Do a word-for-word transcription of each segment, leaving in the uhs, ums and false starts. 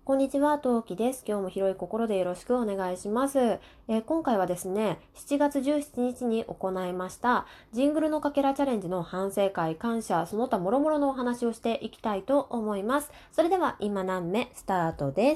こんにちは、トウキです。今日も広い心でよろしくお願いします。えー今回はですね、しちがつじゅうしちにちに行いましたジングルのかけらチャレンジの反省会、感謝、その他諸々のお話をしていきたいと思います。それでは今何目スタートです。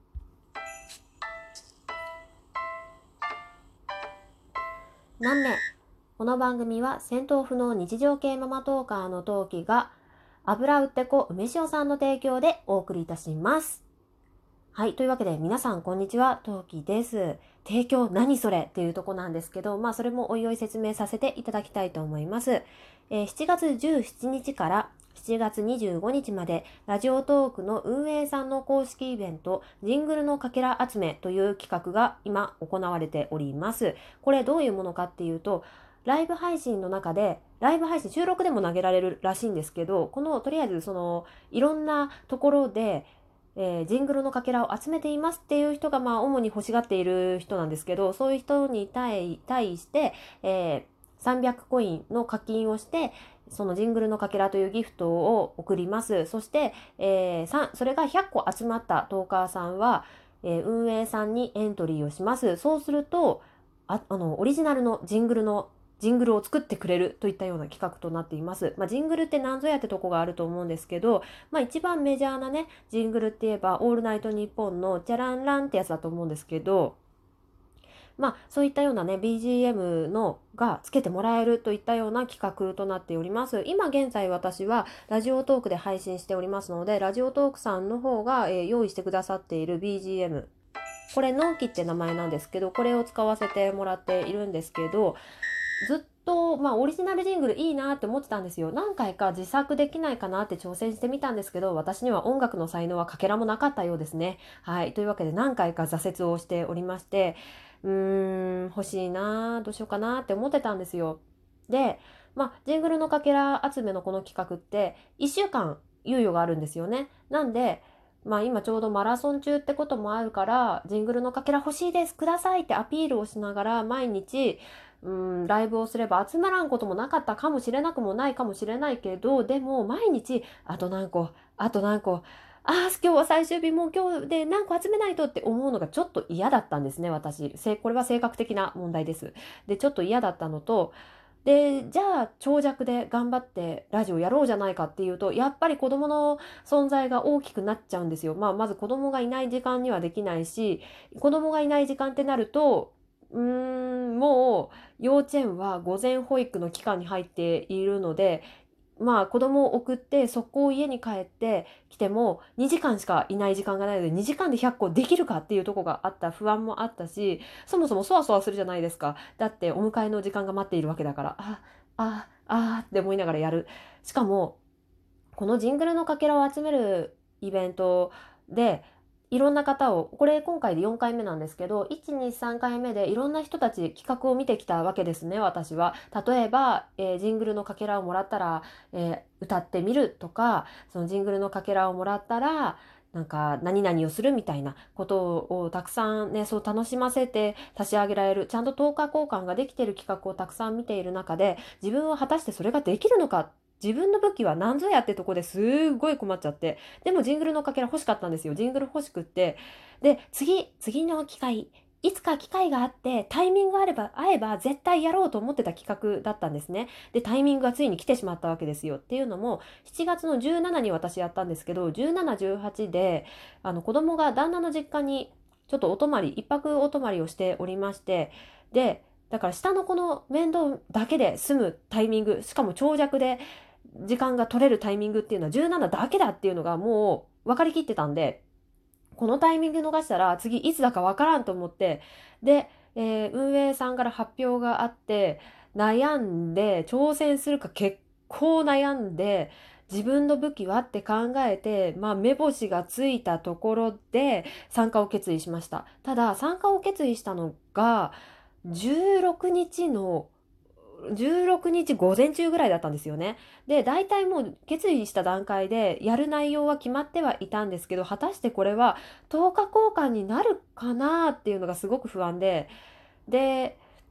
何目。この番組は戦闘不能日常系ママトーカーのトウキが油売ってこ梅塩さんの提供でお送りいたします。はい。というわけで、皆さん、こんにちは。トウキです。提供、何それっていうとこなんですけど、まあ、それもおいおい説明させていただきたいと思います。えーしちがつじゅうしちにちからしちがつにじゅうごにちまで、ラジオトークの運営さんの公式イベント、ジングルのかけら集めという企画が今行われております。これどういうものかっていうと、ライブ配信の中で、ライブ配信収録でも投げられるらしいんですけど、このとりあえずそのいろんなところでえージングルのかけらを集めていますっていう人が、まあ、主に欲しがっている人なんですけど、そういう人に対対して、えーさんびゃくコインの課金をして、そのジングルのかけらというギフトを送ります。そして、えー、さそれがひゃっこ集まったトーカーさんは、えー運営さんにエントリーをします。そうすると、ああの、オリジナルのジングルのジングルを作ってくれるといったような企画となっています。まあ、ジングルって何ぞやってとこがあると思うんですけど、まあ、一番メジャーなね、ジングルって言えば、オールナイトニッポンのチャランランってやつだと思うんですけど、まあ、そういったようなね、ビージーエム のがつけてもらえるといったような企画となっております。今現在私はラジオトークで配信しておりますので、ラジオトークさんの方が、えー用意してくださっている ビージーエム、これ、のんきって名前なんですけど、これを使わせてもらっているんですけど、ずっと、まあ、オリジナルジングルいいなって思ってたんですよ。何回か自作できないかなって挑戦してみたんですけど、私には音楽の才能はかけらもなかったようですね。はい。というわけで何回か挫折をしておりまして、うーん、欲しいな、どうしようかなって思ってたんですよ。で、まあ、ジングルのかけら集めのこの企画って、いっしゅうかん猶予があるんですよね。なんで、まあ今ちょうどマラソン中ってこともあるから、ジングルのかけら欲しいです、くださいってアピールをしながら毎日、うん、ライブをすれば集まらんこともなかったかもしれなくもないかもしれないけど、でも毎日、あと何個、あと何個、ああ、今日は最終日、もう今日で何個集めないとって思うのがちょっと嫌だったんですね、私。せこれは性格的な問題です。で、ちょっと嫌だったのと、で、じゃあ長尺で頑張ってラジオやろうじゃないかっていうと、やっぱり子供の存在が大きくなっちゃうんですよ。まあ、まず子供がいない時間にはできないし、子供がいない時間ってなると、うーん、もう幼稚園は午前保育の期間に入っているので、まあ子供を送って速攻家に帰ってきてもにじかんしかいない時間がないのでにじかんでひゃっこできるかっていうところがあった不安もあったし、そもそもそわそわするじゃないですか。だってお迎えの時間が待っているわけだから、あ、あ、あって思いながらやる。しかもこのジングルのかけらを集めるイベントで、いろんな方を、これ今回でよんかいめなんですけど、いち、に、さんかいめでいろんな人たち企画を見てきたわけですね、私は。例えば、えージングルのかけらをもらったら、えー歌ってみるとか、そのジングルのかけらをもらったら、なんか何々をするみたいなことをたくさんね、そう楽しませて差し上げられる、ちゃんと等価交換ができている企画をたくさん見ている中で、自分は果たしてそれができるのか、自分の武器は何ぞやってとこですっごい困っちゃって。でもジングルのかけら欲しかったんですよ。ジングル欲しくって。で、次、次の機会、いつか機会があって、タイミングがあれば、合えば絶対やろうと思ってた企画だったんですね。で、タイミングがついに来てしまったわけですよ。っていうのも、しちがつのじゅうしちにちに私やったんですけど、じゅうしち、じゅうはちで、あの、子供が旦那の実家に、ちょっとお泊まり、一泊お泊まりをしておりまして、で、だから下の子の面倒だけで済むタイミング、しかも長尺で、時間が取れるタイミングっていうのはじゅうしちだけだっていうのがもう分かりきってたんで、このタイミング逃したら次いつだか分からんと思って、で、えー運営さんから発表があって、悩んで挑戦するか結構悩んで、自分の武器はって考えて、まあ、目星がついたところで参加を決意しました。ただ参加を決意したのがじゅうろくにちのじゅうろくにち午前中ぐらいだったんですよね。で、大体もう決意した段階でやる内容は決まってはいたんですけど、果たしてこれは等価交換になるかなっていうのがすごく不安で、で、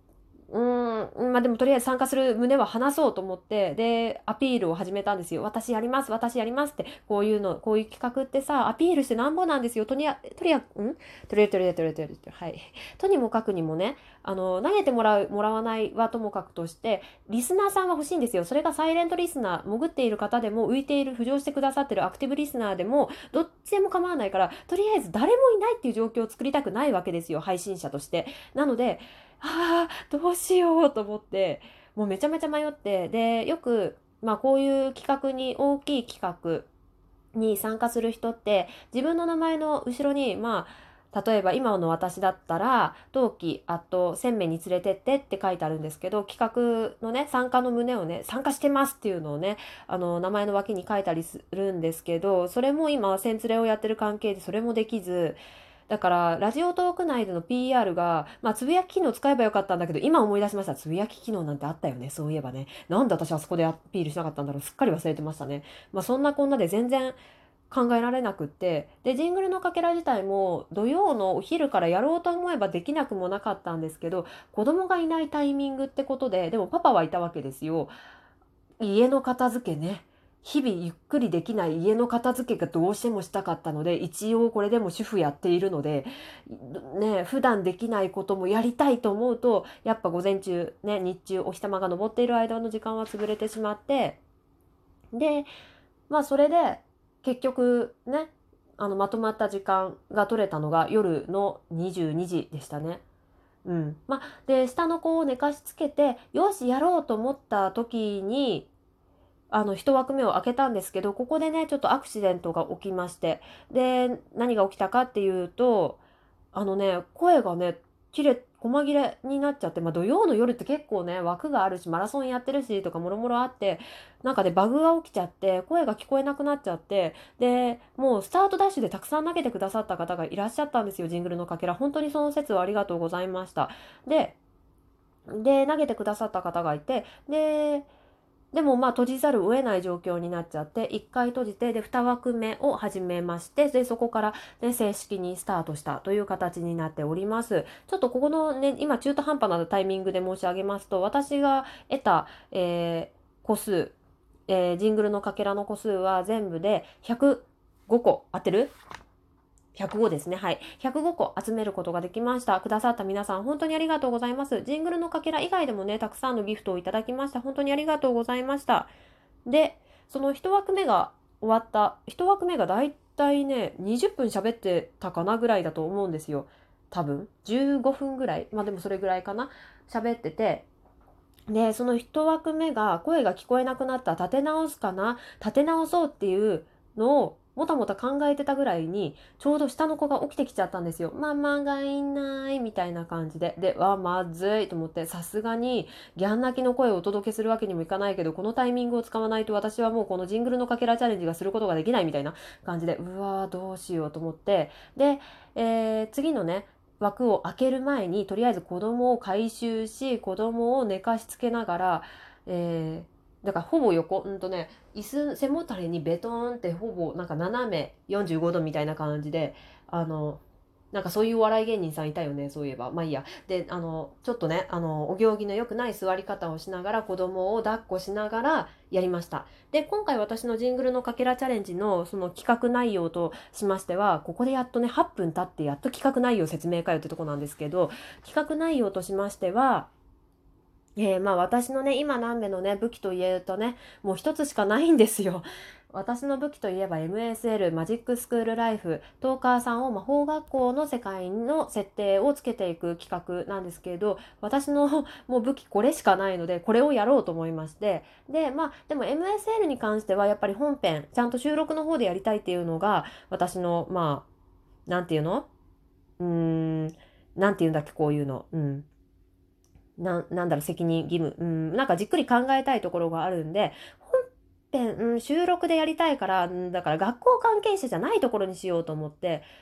うーん、まあでもとりあえず参加する旨は話そうと思って、で、アピールを始めたんですよ。私やります、私やりますって、こういうの、こういう企画ってさ、アピールしてなんぼなんですよ。とにや、とりあ、んとりあえず、とりあえず、とりあえず、とりあえず、はい。とにもかくにもね、あの、投げてもらう、もらわないはともかくとして、リスナーさんが欲しいんですよ。それがサイレントリスナー、潜っている方でも、浮いている、浮上してくださってるアクティブリスナーでも、どっちでも構わないから、とりあえず誰もいないっていう状況を作りたくないわけですよ。配信者として。なので、ああ、どうしようと思って、もうめちゃめちゃ迷って、で、よく、まあこういう企画に、大きい企画に参加する人って、自分の名前の後ろに、まあ、例えば今の私だったら、冬季、あと、せんめいに連れてってって書いてあるんですけど、企画のね、参加の旨をね、参加してますっていうのをね、あの、名前の脇に書いたりするんですけど、それも今、せん連れをやってる関係で、それもできず、だから、ラジオトーク内での ピーアール が、まあ、つぶやき機能使えばよかったんだけど、今思い出しました。つぶやき機能なんてあったよね。そういえばね。なんで私あそこでアピールしなかったんだろう。すっかり忘れてましたね。まあ、そんなこんなで全然考えられなくって。で、ジングルのかけら自体も、土曜のお昼からやろうと思えばできなくもなかったんですけど、子供がいないタイミングってことで、でもパパはいたわけですよ。家の片付けね。日々ゆっくりできない家の片付けがどうしてもしたかったので、一応これでも主婦やっているので、ね、普段できないこともやりたいと思うと、やっぱ午前中、ね、日中お日様が昇っている間の時間は潰れてしまって、で、まあそれで結局ね、あのまとまった時間が取れたのが夜のにじゅうにじでしたね。うん。まあ、で、下の子を寝かしつけて、よし、やろうと思った時に、あの、一枠目を開けたんですけど、ここでね、ちょっとアクシデントが起きまして、で、何が起きたかっていうと、あのね、声がね、切れ、細切れになっちゃって、まあ土曜の夜って結構ね、枠があるし、マラソンやってるし、とかもろもろあって、なんかね、バグが起きちゃって、声が聞こえなくなっちゃって、で、もうスタートダッシュでたくさん投げてくださった方がいらっしゃったんですよ、ジングルのかけら。本当にその説はありがとうございました。で、で、投げてくださった方がいて、で、でもまあ閉じざるを得ない状況になっちゃって、いっかい閉じて、で、に枠目を始めまして、で、そこから、ね、正式にスタートしたという形になっております。ちょっとここのね、今中途半端なタイミングで申し上げますと、私が得た、えー個数、えージングルのかけらの個数は全部でひゃくごこ。合ってる？ひゃくごですね。はい。ひゃくごこ集めることができました。くださった皆さん、本当にありがとうございます。ジングルのかけら以外でもね、たくさんのギフトをいただきました。本当にありがとうございました。で、その一枠目が終わった。一枠目がだいたいね、にじゅっぷん喋ってたかなぐらいだと思うんですよ。多分。じゅうごふんぐらい。まあでもそれぐらいかな。喋ってて。で、その一枠目が声が聞こえなくなった。立て直すかな立て直そうっていうのをもたもた考えてたぐらいに、ちょうど下の子が起きてきちゃったんですよ。ママがいないみたいな感じで。で、わ、まずいと思って、さすがにギャン泣きの声をお届けするわけにもいかないけど、このタイミングを使わないと私はもうこのジングルのかけらチャレンジがすることができないみたいな感じで、うわーどうしようと思って、で、えー次のね、枠を開ける前にとりあえず子供を回収し、子供を寝かしつけながら、えー、だからほぼ横、うんとね、椅子背もたれにベトーンってほぼなんか斜めよんじゅうごどみたいな感じで、あのなんかそういうお笑い芸人さんいたよね、そういえば。まあいいや。で、あの、ちょっとね、あの、お行儀の良くない座り方をしながら、子供を抱っこしながらやりました。で、今回私のジングルのかけらチャレンジのその企画内容としましては、ここでやっとね、はっぷん経ってやっと企画内容説明かよってとこなんですけど、企画内容としましては、えー、まあ私のね、今何目のね、武器と言えるとね、もう一つしかないんですよ。私の武器といえば エムエスエル マジックスクールライフトーカーさんを魔法学校の世界の設定をつけていく企画なんですけれど、私のもう武器これしかないのでこれをやろうと思いまして、でまあでも エムエスエル に関してはやっぱり本編ちゃんと収録の方でやりたいっていうのが私のまあなんていうのうーんなんていうんだっけこういうのうんな、なんだろう、責任、義務。うん、なんかじっくり考えたいところがあるんで、本編、うん、収録でやりたいから、うんだから学校関係者じゃないところにしようと思って、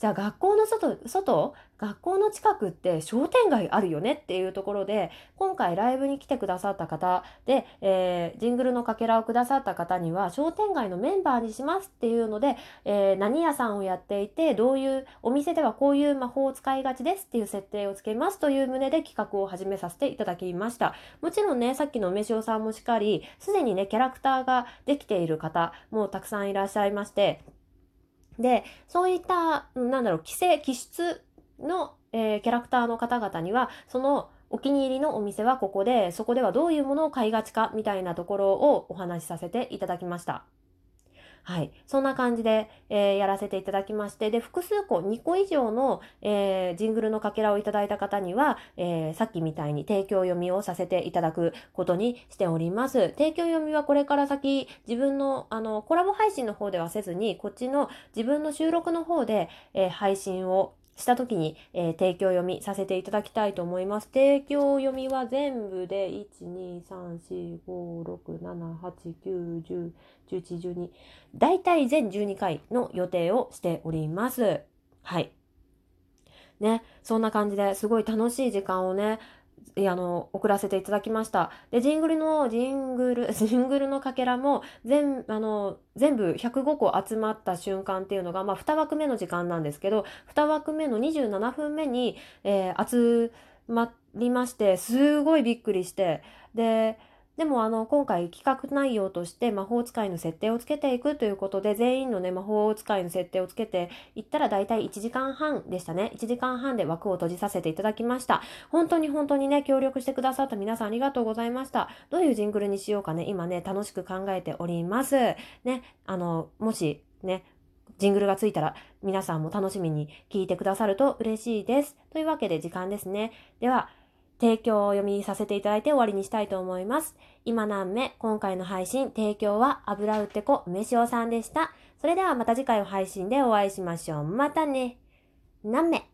じゃあ学校の外、外、学校の近くって商店街あるよねっていうところで、今回ライブに来てくださった方で、えージングルのかけらをくださった方には、商店街のメンバーにしますっていうので、えー何屋さんをやっていて、どういうお店ではこういう魔法を使いがちですっていう設定をつけますという旨で企画を始めさせていただきました。もちろんね、さっきの梅塩さんもしっかり、すでにね、キャラクターができている方もたくさんいらっしゃいまして、で、そういった、なんだろう、規制、気質の、えーキャラクターの方々には、そのお気に入りのお店はここで、そこではどういうものを買いがちかみたいなところをお話しさせていただきました。はい。そんな感じで、えーやらせていただきまして、で、複数個、にこ以上の、えージングルのかけらをいただいた方には、えーさっきみたいに提供読みをさせていただくことにしております。提供読みはこれから先、自分の、あの、コラボ配信の方ではせずに、こっちの自分の収録の方で、えー配信をした時に、えー提供読みさせていただきたいと思います。提供読みは全部でいち、に、さん、よん、ご、ろく、なな、はち、きゅう、じゅう、じゅういち、じゅうに、だいたい全じゅうにかいの予定をしております。はい。ね、そんな感じですごい楽しい時間をね、いやあの送らせていただきました。で、ジングルのジングルジングルのかけらも全あの全部ひゃくごこ集まった瞬間っていうのが、まあ、に枠目の時間なんですけど、に枠目のにじゅうななふんめに、えー集まりまして、すごいびっくりして、ででもあの今回企画内容として魔法使いの設定をつけていくということで、全員のね魔法使いの設定をつけていったらだいたいいちじかんはんでしたね。いちじかんはんで枠を閉じさせていただきました。本当に本当にね、協力してくださった皆さんありがとうございました。どういうジングルにしようかね、今ね、楽しく考えております。ね、あの、もしね、ジングルがついたら皆さんも楽しみに聞いてくださると嬉しいです。というわけで時間ですね。では、提供を読みさせていただいて終わりにしたいと思います。今何目、今回の配信、提供は油売ってこ梅塩さんでした。それではまた次回の配信でお会いしましょう。またね。何目。